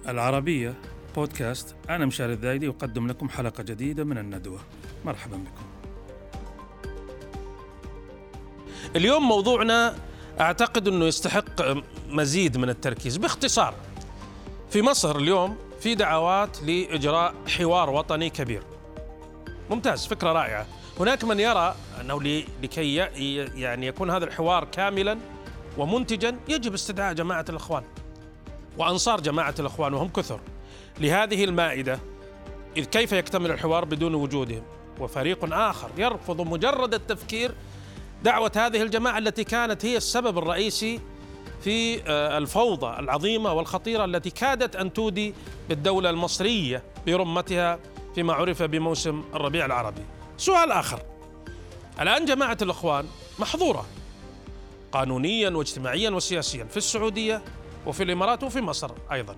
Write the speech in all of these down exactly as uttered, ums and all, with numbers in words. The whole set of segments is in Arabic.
العربية بودكاست. أنا مشاري الذايدي أقدم لكم حلقة جديدة من الندوة. مرحبا بكم. اليوم موضوعنا أعتقد أنه يستحق مزيد من التركيز. باختصار، في مصر اليوم في دعوات لإجراء حوار وطني كبير. ممتاز، فكرة رائعة. هناك من يرى أنه لكي يعني يكون هذا الحوار كاملا ومنتجا يجب استدعاء جماعة الإخوان وأنصار جماعة الإخوان، وهم كثر، لهذه المائدة. إذ كيف يكتمل الحوار بدون وجودهم؟ وفريق آخر يرفض مجرد التفكير دعوة هذه الجماعة التي كانت هي السبب الرئيسي في الفوضى العظيمة والخطيرة التي كادت أن تودي بالدولة المصرية برمتها فيما عرف بموسم الربيع العربي. سؤال آخر: الآن جماعة الإخوان محظورة قانونيا واجتماعيا وسياسيا في السعودية وفي الإمارات وفي مصر أيضا،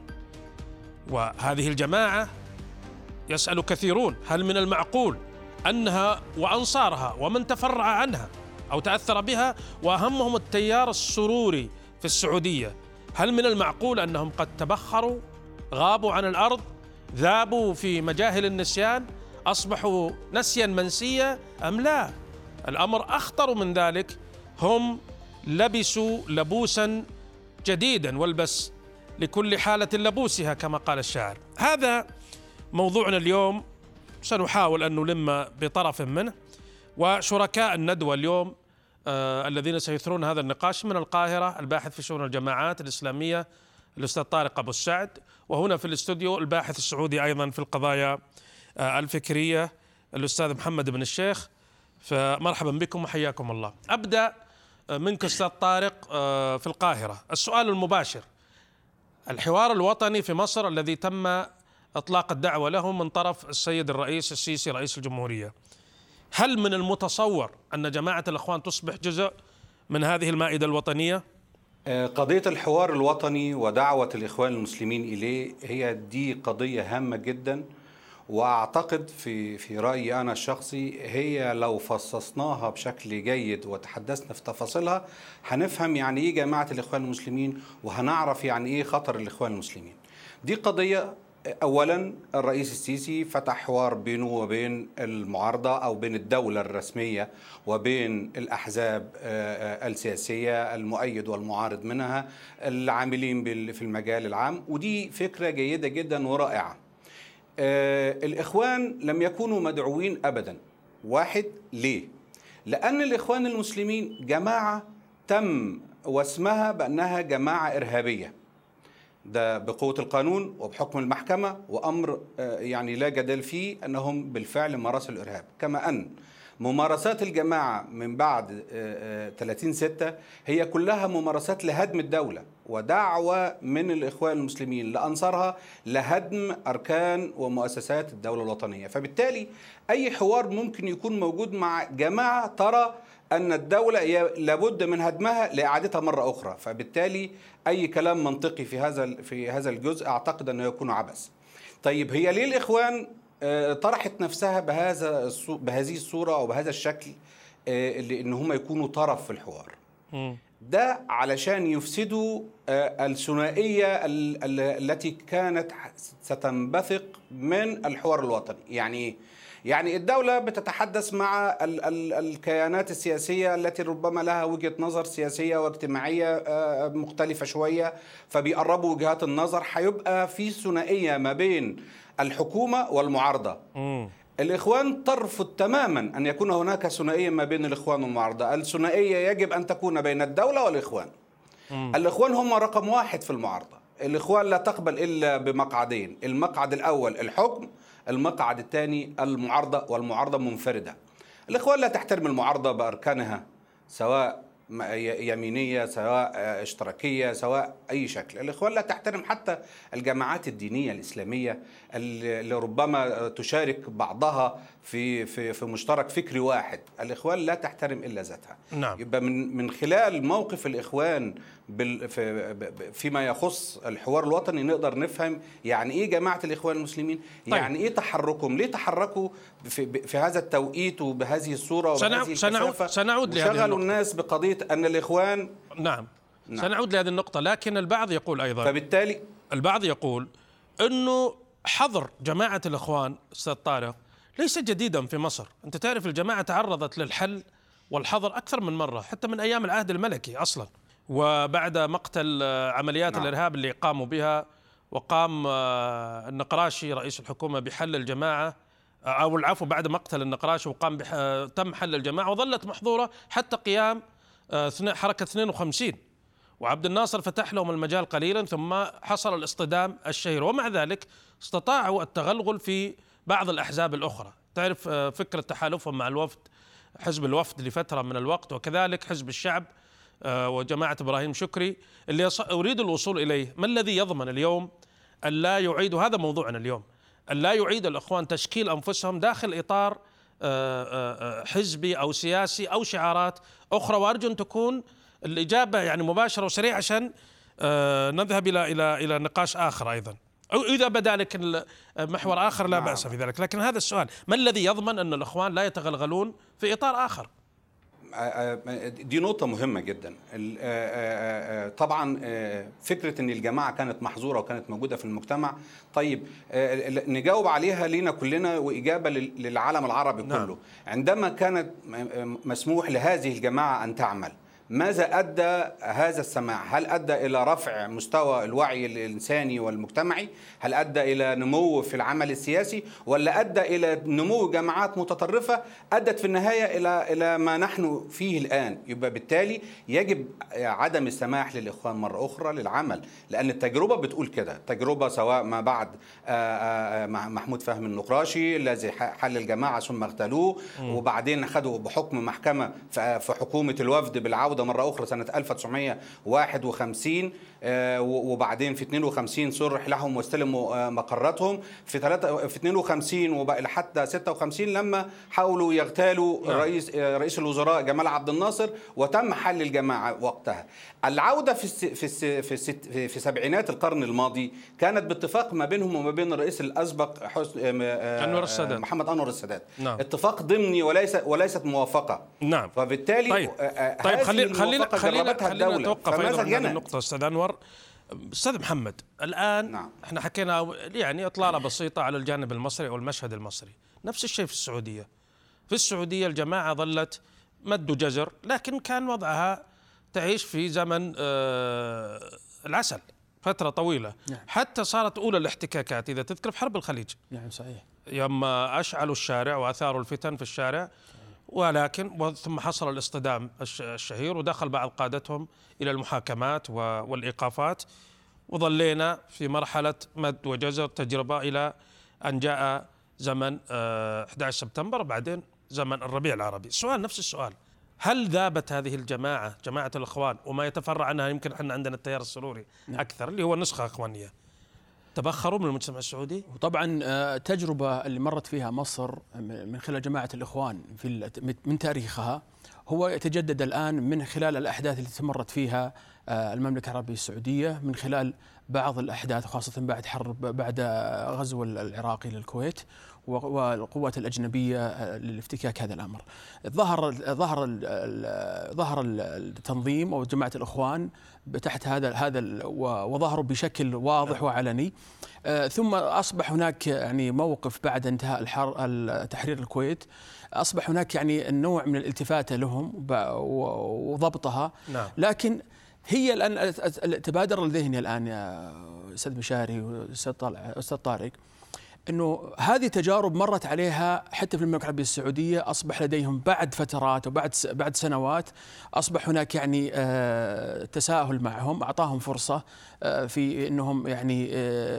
وهذه الجماعة يسأل كثيرون هل من المعقول أنها وأنصارها ومن تفرع عنها أو تأثر بها وأهمهم التيار السروري في السعودية، هل من المعقول أنهم قد تبخروا، غابوا عن الأرض، ذابوا في مجاهل النسيان، أصبحوا نسيا منسيا، أم لا؟ الأمر أخطر من ذلك، هم لبسوا لبوسا جديدا، والبس لكل حالة لبوسها كما قال الشاعر. هذا موضوعنا اليوم، سنحاول أن نلم بطرف منه. وشركاء الندوة اليوم آه الذين سيثرون هذا النقاش: من القاهرة الباحث في شؤون الجماعات الإسلامية الأستاذ طارق أبو السعد، وهنا في الاستوديو الباحث السعودي أيضا في القضايا آه الفكرية الأستاذ محمد بن الشيخ. فمرحبا بكم وحياكم الله. أبدأ منك أستاذ طارق آه في القاهرة. السؤال المباشر: الحوار الوطني في مصر الذي تم إطلاق الدعوة له من طرف السيد الرئيس السيسي رئيس الجمهورية، هل من المتصور أن جماعة الإخوان تصبح جزء من هذه المائدة الوطنية؟ قضية الحوار الوطني ودعوة الإخوان المسلمين إليه هي دي قضية هامة جدا، وأعتقد في في رأيي أنا الشخصي هي لو فصصناها بشكل جيد وتحدثنا في تفاصيلها هنفهم يعني إيه جماعة الإخوان المسلمين، وهنعرف يعني إيه خطر الإخوان المسلمين. دي قضية أولا الرئيس السيسي فتح حوار بينه وبين المعارضة أو بين الدولة الرسمية وبين الأحزاب السياسية المؤيد والمعارض منها العاملين في المجال العام، ودي فكرة جيدة جدا ورائعة. الإخوان لم يكونوا مدعوين أبدا. واحد، ليه؟ لأن الإخوان المسلمين جماعة تم واسمها بأنها جماعة إرهابية، ده بقوة القانون وبحكم المحكمة، وأمر يعني لا جدال فيه أنهم بالفعل مارسوا الإرهاب. كما أن ممارسات الجماعة من بعد ثلاثين ستة هي كلها ممارسات لهدم الدولة، ودعوة من الإخوان المسلمين لأنصارها لهدم أركان ومؤسسات الدولة الوطنية. فبالتالي أي حوار ممكن يكون موجود مع جماعة ترى أن الدولة لابد من هدمها لإعادتها مرة أخرى، فبالتالي أي كلام منطقي في هذا في هذا الجزء أعتقد أنه يكون عبث. طيب، هي ليه الإخوان طرحت نفسها بهذا بهذه الصورة أو بهذا الشكل، لأن هم يكونوا طرف في الحوار؟ ده علشان يفسدوا الثنائية التي كانت ستنبثق من الحوار الوطني. يعني يعني الدولة بتتحدث مع ال ال الكيانات السياسية التي ربما لها وجهة نظر سياسية واجتماعية مختلفة شوية، فبيقربوا وجهات النظر، هيبقى في ثنائية ما بين الحكومة والمعارضة. م. الإخوان ترفض تماما أن يكون هناك ثنائية ما بين الإخوان والمعارضة. الثنائية يجب أن تكون بين الدولة والإخوان. م. الإخوان هم رقم واحد في المعارضة. الإخوان لا تقبل إلا بمقعدين: المقعد الأول الحكم، المقعد الثاني المعارضة، والمعارضة منفردة. الإخوان لا تحترم المعارضة بأركانها، سواء يمينية سواء اشتراكية سواء أي شكل. الإخوان لا تحترم حتى الجماعات الدينية الإسلامية اللي ربما تشارك بعضها في في في مشترك فكري واحد. الإخوان لا تحترم إلا ذاتها. نعم. يبقى من من خلال موقف الإخوان في فيما يخص الحوار الوطني نقدر نفهم يعني إيه جماعة الإخوان المسلمين. طيب. يعني إيه تحركهم؟ ليه تحركوا في, في هذا التوقيت وبهذه الصورة وبهذه الكثافة؟ سنعود لهذه النقطة. شغلوا الناس بقضية أن الإخوان. نعم. نعم. سنعود لهذه النقطة، لكن البعض يقول أيضا، فبالتالي البعض يقول أنه حظر جماعة الإخوان أستاذ طارق ليس جديدا في مصر. أنت تعرف الجماعة تعرضت للحل والحظر أكثر من مرة، حتى من أيام العهد الملكي أصلا، وبعد مقتل عمليات نعم. الإرهاب اللي قاموا بها، وقام النقراشي رئيس الحكومة بحل الجماعة، أو العفو بعد مقتل النقراشي وقام بح... تم حل الجماعة، وظلت محظورة حتى قيام حركة اثنين وخمسين، وعبد الناصر فتح لهم المجال قليلا ثم حصل الاصطدام الشهير، ومع ذلك استطاعوا التغلغل في بعض الأحزاب الأخرى. تعرف فكرة تحالفهم مع الوفد، حزب الوفد لفترة من الوقت، وكذلك حزب الشعب وجماعة إبراهيم شكري اللي أريد الوصول إليه. ما الذي يضمن اليوم أن لا يعيد، هذا موضوعنا اليوم، أن لا يعيد الإخوان تشكيل أنفسهم داخل إطار حزبي أو سياسي أو شعارات أخرى؟ وأرجو أن تكون الإجابة يعني مباشرة وسريعة عشان نذهب إلى إلى إلى نقاش آخر أيضا، أو إذا بدا لك محور آخر لا بأس في ذلك. لكن هذا السؤال، ما الذي يضمن أن الإخوان لا يتغلغلون في إطار آخر؟ دي نقطة مهمة جدا. طبعا فكرة ان الجماعة كانت محظورة وكانت موجودة في المجتمع، طيب نجاوب عليها لينا كلنا وإجابة للعالم العربي كله. نعم. عندما كانت مسموح لهذه الجماعة أن تعمل، ماذا أدى هذا السماع؟ هل أدى إلى رفع مستوى الوعي الإنساني والمجتمعي؟ هل أدى إلى نمو في العمل السياسي؟ ولا أدى إلى نمو جماعات متطرفة أدت في النهاية إلى إلى ما نحن فيه الآن؟ يبقى بالتالي يجب عدم السماح للإخوان مرة أخرى للعمل، لأن التجربة بتقول كده. تجربة سواء ما بعد محمود فهمي النقراشي الذي حل الجماعة ثم اغتالوه، وبعدين خدوا بحكم محكمة في حكومة الوفد بالعودة مرة أخرى سنة ألف وتسعمائة وواحد وخمسين، وبعدين في اثنين وخمسين صرح لهم واستلموا مقراتهم في ثلاثة في اثنين وخمسين وبقى لحتى ستة وخمسين لما حاولوا يغتالوا رئيس رئيس الوزراء جمال عبد الناصر، وتم حل الجماعة وقتها. العودة في في في في سبعينات القرن الماضي كانت باتفاق ما بينهم وما بين الرئيس الأسبق أنور السادات، محمد أنور السادات. نعم. اتفاق ضمني وليس وليست موافقة. نعم. فبالتالي طيب, طيب خلينا خلينا خلينا خلينا نتوقف أيضا عند النقطة أستاذ أنور. أستاذ محمد، الآن نعم. احنا حكينا يعني إطلالة بسيطة على الجانب المصري أو المشهد المصري، نفس الشيء في السعودية. في السعودية الجماعة ظلت مد وجزر، لكن كان وضعها تعيش في زمن آه العسل فترة طويلة. نعم. حتى صارت أولى الاحتكاكات إذا تذكر في حرب الخليج. نعم صحيح. يوم أشعلوا الشارع وأثاروا الفتن في الشارع، ولكن ثم حصل الاصطدام الشهير ودخل بعض قادتهم إلى المحاكمات والإيقافات، وظلينا في مرحلة مد وجزر تجربة إلى أن جاء زمن أحد عشر سبتمبر، بعدين زمن الربيع العربي. السؤال نفس السؤال، هل ذابت هذه الجماعة جماعة الإخوان وما يتفرع عنها؟ يمكن احنا عندنا التيار السروري أكثر اللي هو نسخة إخوانية، تبخروا من المجتمع السعودي؟ وطبعا التجربة اللي مرت فيها مصر من خلال جماعة الإخوان في من تاريخها هو يتجدد الآن من خلال الأحداث اللي تمرت فيها المملكة العربية السعودية، من خلال بعض الأحداث خاصة بعد حرب بعد غزو العراقي للكويت والقوات الأجنبية لافتكاك هذا الأمر. ظهر ظهر ظهر التنظيم أو جماعة الإخوان تحت هذا هذا وظهروا بشكل واضح وعلني. ثم أصبح هناك يعني موقف بعد انتهاء تحرير الكويت، أصبح هناك يعني النوع من الالتفات لهم وضبطها. نعم. لكن هي الآن تبادر لذهني الآن يا أستاذ مشاري وأستاذ طارق أنه هذه تجارب مرت عليها حتى في المملكة العربية السعودية، أصبح لديهم بعد فترات وبعد بعد سنوات أصبح هناك يعني تساهل معهم، أعطاهم فرصة في أنهم يعني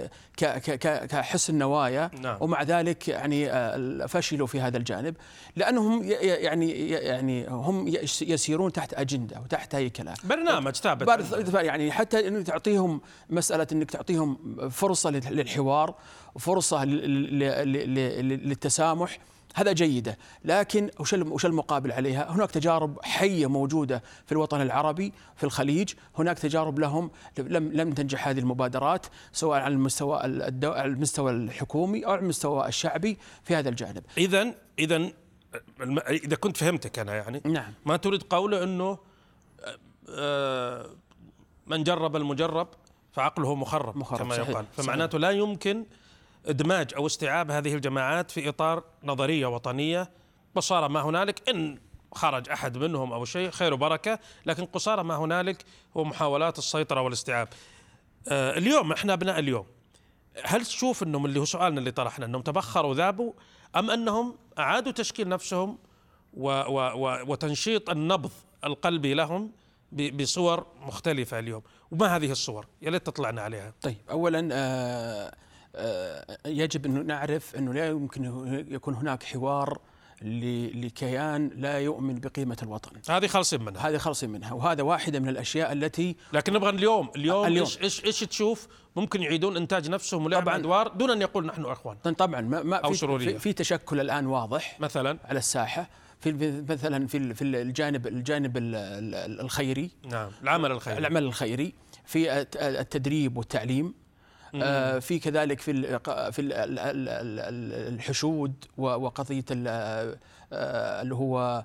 كحسن نوايا. نعم. ومع ذلك يعني فشلوا في هذا الجانب، لأنهم يعني يعني هم يسيرون تحت أجندة وتحت هيكلة برنامج ثابت، يعني حتى أنك تعطيهم مسألة أنك تعطيهم فرصة للحوار وفرصة للتسامح، هذا جيدة. لكن وش المقابل عليها؟ هناك تجارب حية موجودة في الوطن العربي، في الخليج هناك تجارب لهم لم لم تنجح هذه المبادرات سواء على المستوى على المستوى الحكومي أو على المستوى الشعبي في هذا الجانب. إذن إذن إذا كنت فهمتك أنا يعني نعم. ما تريد قوله أنه من جرب المجرب فعقله مخرب, مخرب كما صحيح. يقال. فمعناته لا يمكن إدماج أو استيعاب هذه الجماعات في إطار نظرية وطنية. قصارى ما هنالك إن خرج أحد منهم أو شيء خير وبركة، لكن قصارى ما هنالك هو محاولات السيطرة والاستيعاب. آه اليوم إحنا أبناء اليوم، هل تشوف أنهم اللي هو سؤالنا اللي طرحنا أنهم تبخروا ذابوا، أم أنهم أعادوا تشكيل نفسهم و و و وتنشيط النبض القلبي لهم بصور مختلفة اليوم؟ وما هذه الصور؟ يا ليت تطلعنا عليها. طيب، أولا آه آه يجب أن نعرف أنه لا يمكن يكون هناك حوار لكيان لا يؤمن بقيمة الوطن. هذه خالصين منها. هذه خالصين منها، وهذا واحدة من الأشياء التي لكن نبغى اليوم اليوم, اليوم إيش إيش إيش تشوف ممكن يعيدون إنتاج نفسهم ولعب أدوار دون أن يقول نحن أخوان. طبعا ما ما أو في, في, في تشكل الآن واضح مثلا على الساحة، في مثلا في في الجانب الجانب الخيري. نعم، العمل الخيري. العمل الخيري في التدريب والتعليم. آه في كذلك في في الحشود وقضية اللي هو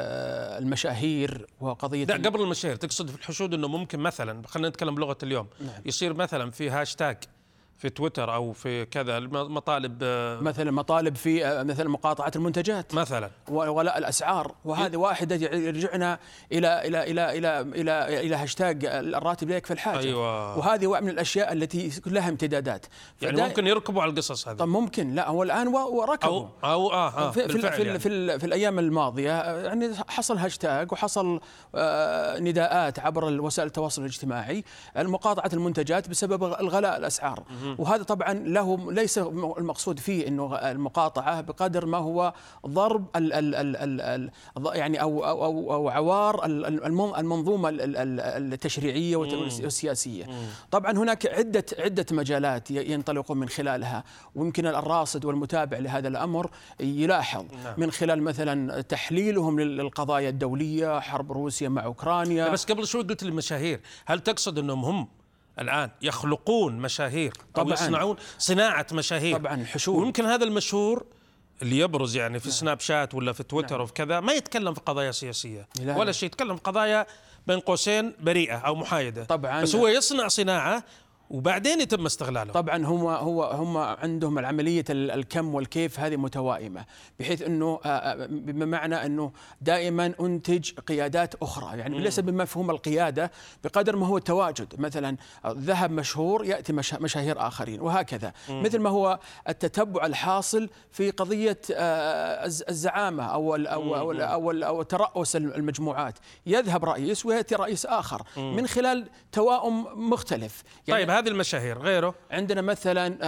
المشاهير وقضية. لا، قبل المشاهير تقصد في الحشود انه ممكن مثلا، خلينا نتكلم بلغة اليوم. نعم. يصير مثلا في هاشتاج في تويتر او في كذا مطالب، مثلا مطالب في مثلا مقاطعة المنتجات مثلا ولاء الاسعار، وهذه واحده يرجعنا الى الى الى الى الى الى هاشتاج الراتب لا يكفي الحاجه. أيوة. وهذه من الاشياء التي كلها امتدادات، يعني ممكن يركبوا على القصص هذه. طب ممكن، لا هو الان وركبوا او او اه, آه في, في, في, يعني. في, في, في الايام الماضيه يعني حصل هاشتاج وحصل آه نداءات عبر وسائل التواصل الاجتماعي مقاطعه المنتجات بسبب الغلاء الاسعار. وهذا طبعا له ليس المقصود فيه انه المقاطعه بقدر ما هو ضرب ال ال ال ال يعني او او او عوار المنظومه التشريعيه والسياسيه. طبعا هناك عده عده مجالات ينطلقون من خلالها، ويمكن الراصد والمتابع لهذا الامر يلاحظ من خلال مثلا تحليلهم للقضايا الدوليه، حرب روسيا مع اوكرانيا. بس قبل شوي قلت المشاهير، هل تقصد انهم هم الآن يخلقون مشاهير أو يصنعون صناعة مشاهير؟ طبعا حشود. ويمكن هذا المشهور اللي يبرز يعني في سناب شات ولا في تويتر وفي كذا ما يتكلم في قضايا سياسية ولا شيء، يتكلم في قضايا بين قوسين بريئة أو محايدة طبعا، بس هو يصنع صناعة وبعدين يتم استغلاله. طبعا هم هو هم عندهم العمليه الكم والكيف هذه متوائمه، بحيث انه بمعنى انه دائما انتج قيادات اخرى، يعني ليس بمفهوم القياده بقدر ما هو التواجد. مثلا ذهب مشهور ياتي مشاهير اخرين وهكذا. مم. مثل ما هو التتبع الحاصل في قضيه الزعامه او ال او او, أو, أو ترأس المجموعات، يذهب رئيس وياتي رئيس اخر. مم. من خلال توائم مختلف. يعني طيب هذه المشاهير غيره عندنا مثلا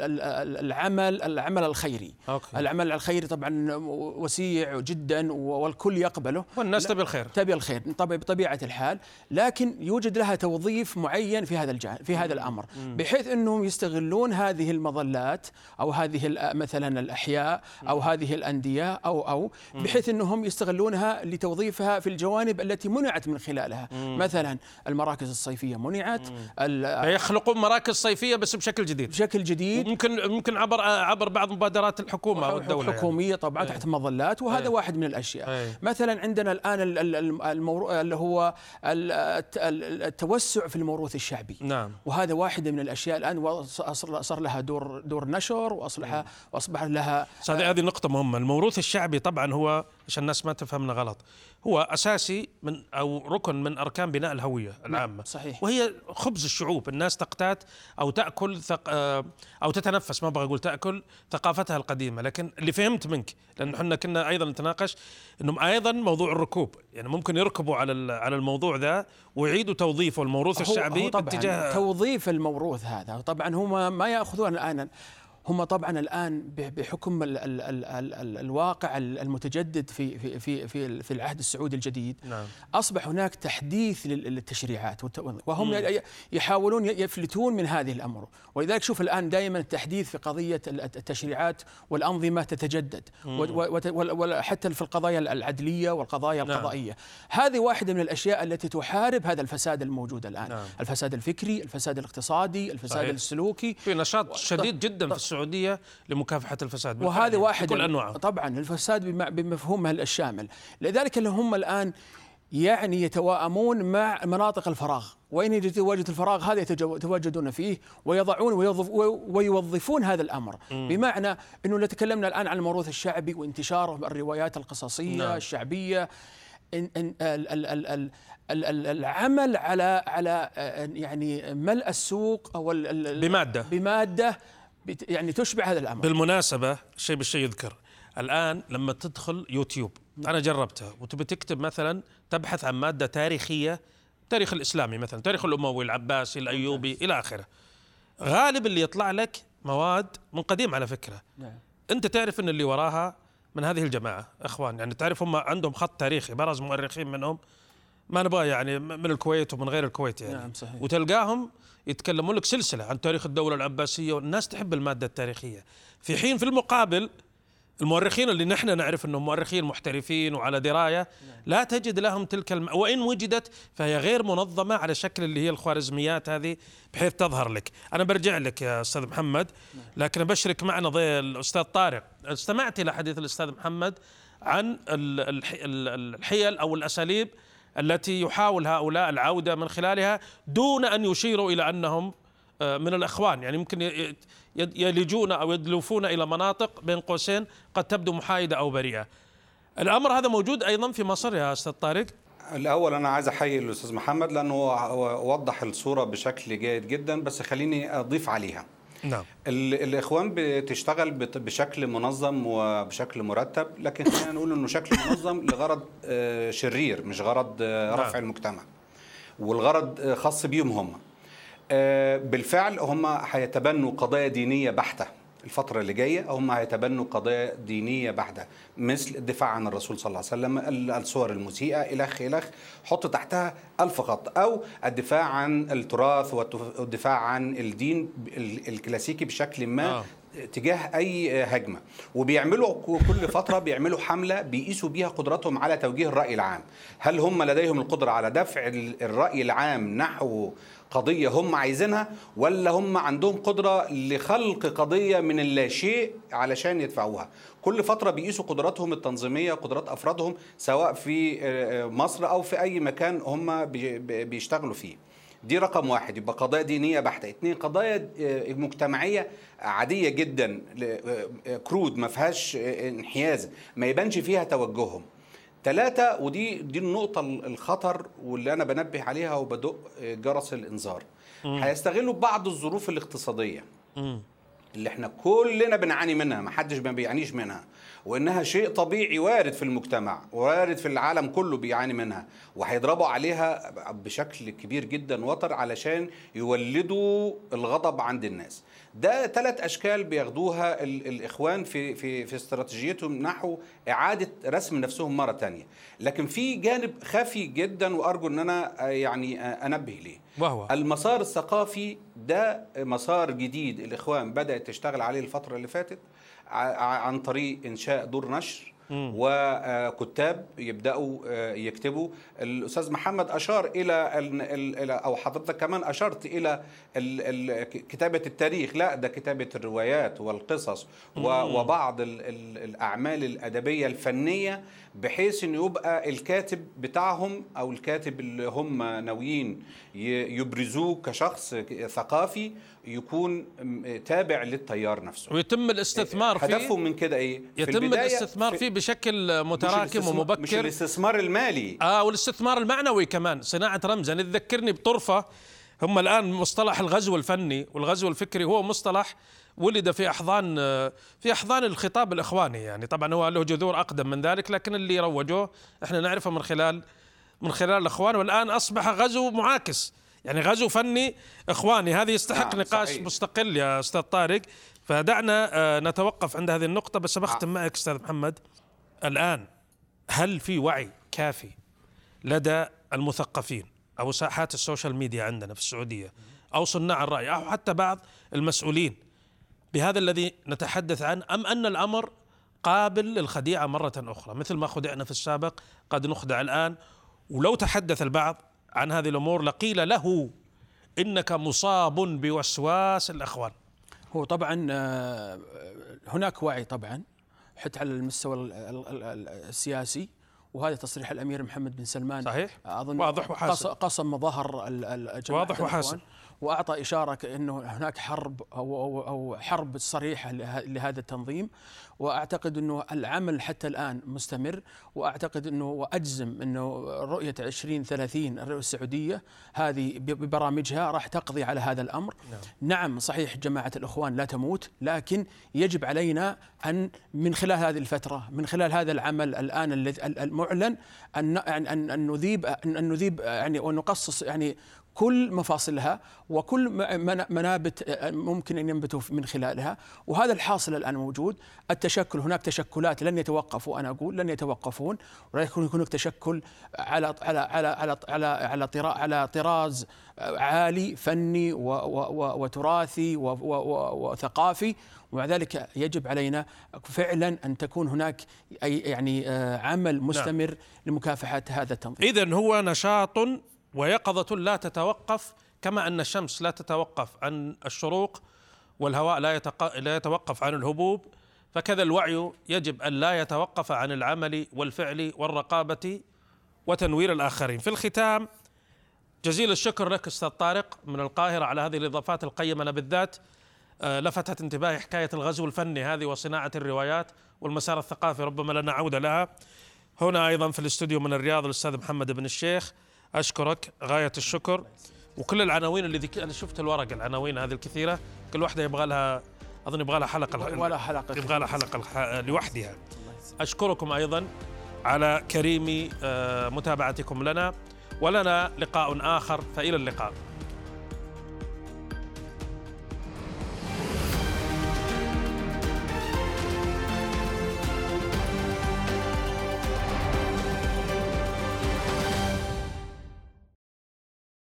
العمل العمل الخيري. أوكي. العمل الخيري طبعا وسيع جدا والكل يقبله، والناس تبي الخير تبي الخير طبعا بطبيعه الحال، لكن يوجد لها توظيف معين في هذا الجانب في هذا الامر، بحيث انهم يستغلون هذه المظلات او هذه مثلا الاحياء او هذه الانديه او او بحيث انهم يستغلونها لتوظيفها في الجوانب التي منعت من خلالها. مثلا المراكز الصيفيه منعت، يخلقون مراكز صيفيه بس بشكل جديد بشكل جديد ممكن ممكن عبر عبر بعض مبادرات الحكومه او الدوله الحكوميه يعني. طبعا أيه. تحت مظلات، وهذا أيه. واحد من الاشياء. أيه. مثلا عندنا الان المورو... اللي هو التوسع في الموروث الشعبي. نعم. وهذا واحد من الاشياء الان صار لها دور دور نشر واصبح واصبح لها. هذه هذه نقطه مهمه. الموروث الشعبي طبعا هو عشان الناس ما تفهمنا غلط، هو اساسي من او ركن من اركان بناء الهويه العامه. صحيح. وهي خبز الشعوب، الناس تقتات او تاكل ثق او تتنفس، ما ابغى اقول تاكل ثقافتها القديمه. لكن اللي فهمت منك، لان احنا كنا ايضا نتناقش انهم ايضا موضوع الركوب، يعني ممكن يركبوا على على الموضوع ذا ويعيدوا توظيفه الموروث الشعبي باتجاه توظيف الموروث هذا. طبعا هم ما ياخذون الان، هم طبعا الان بحكم ال ال ال ال الواقع المتجدد في في في في في العهد السعودي الجديد. نعم. اصبح هناك تحديث للتشريعات وهم مم. يحاولون يفلتون من هذه الامر، ولذلك شوف الان دائما التحديث في قضيه التشريعات والانظمه تتجدد، وحتى في القضايا العدليه والقضايا نعم. القضائيه. هذه واحده من الاشياء التي تحارب هذا الفساد الموجود الان. نعم. الفساد الفكري، الفساد الاقتصادي، الفساد صحيح. السلوكي. في نشاط شديد جدا في السعوديه لمكافحة الفساد، وهذا واحد بكل أنواعه. طبعا الفساد بمفهومه الشامل. لذلك اللي هم الآن يعني يتواءمون مع مناطق الفراغ، وإن يتواجد الفراغ هذا يتواجدون فيه ويضعون ويوظفون هذا الأمر. م. بمعنى أنه لو تكلمنا الآن عن الموروث الشعبي وانتشاره بالروايات القصصية نعم. الشعبية، إن إن ال ال ال ال ال العمل على على يعني ملء السوق أو بمادة بمادة يعني تشبع هذا الأمر. بالمناسبة شيء بالشيء يذكر الآن لما تدخل يوتيوب، أنا جربتها، وتبي تكتب مثلا تبحث عن مادة تاريخية، تاريخ الإسلامي مثلا، تاريخ الأموي العباسي الأيوبي إلى آخره، غالب اللي يطلع لك مواد من قديم على فكرة. نعم. أنت تعرف أن اللي وراها من هذه الجماعة إخوان، يعني تعرف هم عندهم خط تاريخي، برز مؤرخين منهم ما نبغى يعني من الكويت ومن غير الكويت يعني. نعم صحيح. وتلقاهم يتكلمون لك سلسلة عن تاريخ الدولة العباسية، والناس تحب المادة التاريخية، في حين في المقابل المؤرخين اللي نحن نعرف أنهم مؤرخين محترفين وعلى دراية لا تجد لهم تلك الم... وإن وجدت فهي غير منظمة على شكل اللي هي الخوارزميات هذه بحيث تظهر لك. أنا برجع لك يا أستاذ محمد، لكن بشرك معنا ضي الأستاذ طارق. استمعت إلى حديث الأستاذ محمد عن الحيل أو الأساليب التي يحاول هؤلاء العودة من خلالها دون أن يشيروا إلى أنهم من الإخوان، يعني ممكن يلجون أو يدلفون إلى مناطق بين قوسين قد تبدو محايدة أو بريئة. الأمر هذا موجود أيضا في مصر يا أستاذ طارق؟ الأول أنا عايز أحيي الأستاذ محمد لأنه وضح الصورة بشكل جيد جدا، بس خليني أضيف عليها. نعم. الإخوان بتشتغل بشكل منظم وبشكل مرتب، لكن خلينا نقول أنه شكل منظم لغرض شرير مش غرض رفع نعم. المجتمع، والغرض خاص بيهم هم. بالفعل هم هيتبنوا قضايا دينية بحتة الفترة اللي جاية، هم هيتبنوا قضايا دينية بحتة مثل الدفاع عن الرسول صلى الله عليه وسلم، الصور المسيئة إلخ إلخ، حط تحتها ألف خط، أو الدفاع عن التراث والدفاع عن الدين الكلاسيكي بشكل ما آه. تجاه أي هجمة. وبيعملوا كل فترة بيعملوا حملة بيقيسوا بيها قدرتهم على توجيه الرأي العام. هل هم لديهم القدرة على دفع الرأي العام نحو قضية هم عايزينها، ولا هم عندهم قدرة لخلق قضية من اللاشيء علشان يدفعوها؟ كل فترة بيقيسوا قدراتهم التنظيمية، قدرات أفرادهم سواء في مصر أو في أي مكان هم بيشتغلوا فيه. دي رقم واحد، يبقى قضايا دينية بحتة. اتنين، قضايا مجتمعية عادية جدا كرود ما فيهاش انحياز، ما يبانش فيها توجههم. ثلاثة، ودي دي النقطة الخطر واللي أنا بنبه عليها وبدق جرس الإنذار، هيستغلوا بعض الظروف الاقتصادية مم. اللي احنا كلنا بنعاني منها، ما حدش ما بيعانيش منها، وإنها شيء طبيعي وارد في المجتمع وارد في العالم كله بيعاني منها، وهيضربوا عليها بشكل كبير جدا وتر علشان يولدوا الغضب عند الناس. ده ثلاث أشكال بياخدوها الإخوان في في في استراتيجيتهم نحو إعادة رسم نفسهم مرة تانية. لكن في جانب خفي جدا وأرجو أن أنا يعني أنبه ليه، وهو المسار الثقافي. ده مسار جديد الإخوان بدأت تشتغل عليه الفترة اللي فاتت عن طريق إنشاء دور نشر وكتاب يبدأوا يكتبوا. الأستاذ محمد أشار إلى، أو حضرتك كمان أشرت إلى كتابة التاريخ، لا ده كتابة الروايات والقصص وبعض الأعمال الأدبية الفنية، بحيث أن يبقى الكاتب بتاعهم أو الكاتب اللي هم ناويين يبرزوه كشخص ثقافي يكون تابع للتيار نفسه، ويتم الاستثمار فيه. هدفهم من كده ايه؟ يتم الاستثمار فيه بشكل متراكم ومبكر، مش الاستثمار المالي اه والاستثمار المعنوي كمان، صناعة رمز. أنا تذكرني بطرفة، هم الآن مصطلح الغزو الفني والغزو الفكري هو مصطلح ولد في أحضان في أحضان الخطاب الإخواني، يعني طبعا هو له جذور أقدم من ذلك، لكن اللي روجوه احنا نعرفه من خلال من خلال الإخوان، والآن أصبح غزو معاكس، يعني غزو فني إخواني. هذه يستحق نعم نقاش صحيح. مستقل يا أستاذ طارق، فدعنا نتوقف عند هذه النقطة. بس بختم معك أستاذ محمد، الآن هل في وعي كافي لدى المثقفين أو ساحات السوشيال ميديا عندنا في السعودية أو صناع الرأي أو حتى بعض المسؤولين بهذا الذي نتحدث عنه، أم أن الأمر قابل للخديعة مرة أخرى؟ مثل ما خدعنا في السابق قد نخدع الآن. ولو تحدث البعض عن هذه الأمور لقيل له إنك مصاب بوسواس الأخوان. هو طبعا هناك وعي طبعا حتى على المستوى السياسي وهذا تصريح الأمير محمد بن سلمان صحيح، أظن واضح وحاسم، قصم ظهر الجماعة واضح وحاسم، وأعطى إشارة أنه هناك حرب أو, أو, أو حرب صريحة لهذا التنظيم. وأعتقد أنه العمل حتى الآن مستمر، وأعتقد أنه وأجزم أنه رؤية عشرين ثلاثين الرؤية السعودية هذه ببرامجها راح تقضي على هذا الأمر. نعم, نعم صحيح جماعة الإخوان لا تموت، لكن يجب علينا أن من خلال هذه الفترة، من خلال هذا العمل الآن المعلن، أن أن أن نذيب أن نذيب يعني ونقصص يعني كل مفاصلها وكل منابت ممكن أن ينبتوا من خلالها. وهذا الحاصل الآن موجود. التشكل، هناك تشكلات لن يتوقفوا، أنا أقول لن يتوقفون، ولا يكون هناك تشكل على على على على على على على طراز عالي فني وتراثي وثقافي. ومع ذلك يجب علينا فعلا أن تكون هناك أي يعني عمل مستمر نعم. لمكافحة هذا التنظيم. إذن هو نشاط ويقظة لا تتوقف، كما أن الشمس لا تتوقف عن الشروق والهواء لا, يتق... لا يتوقف عن الهبوب، فكذا الوعي يجب أن لا يتوقف عن العمل والفعل والرقابة وتنوير الآخرين. في الختام جزيل الشكر لك أستاذ طارق من القاهرة على هذه الإضافات القيمة. أنا بالذات لفتت انتباهي حكاية الغزو الفني هذه وصناعة الروايات والمسار الثقافي، ربما لنا عودة لها. هنا أيضا في الاستوديو من الرياض الأستاذ محمد بن الشيخ، أشكرك غاية الشكر. وكل العناوين اللي ذك... أنا شفت الورق، العناوين هذه الكثيرة كل واحدة يبغى لها، أظن يبغى لها حلقة ولا حلقة يبغى لها حلقة لوحدها. أشكركم أيضا على كريم متابعتكم لنا، ولنا لقاء آخر، فإلى اللقاء.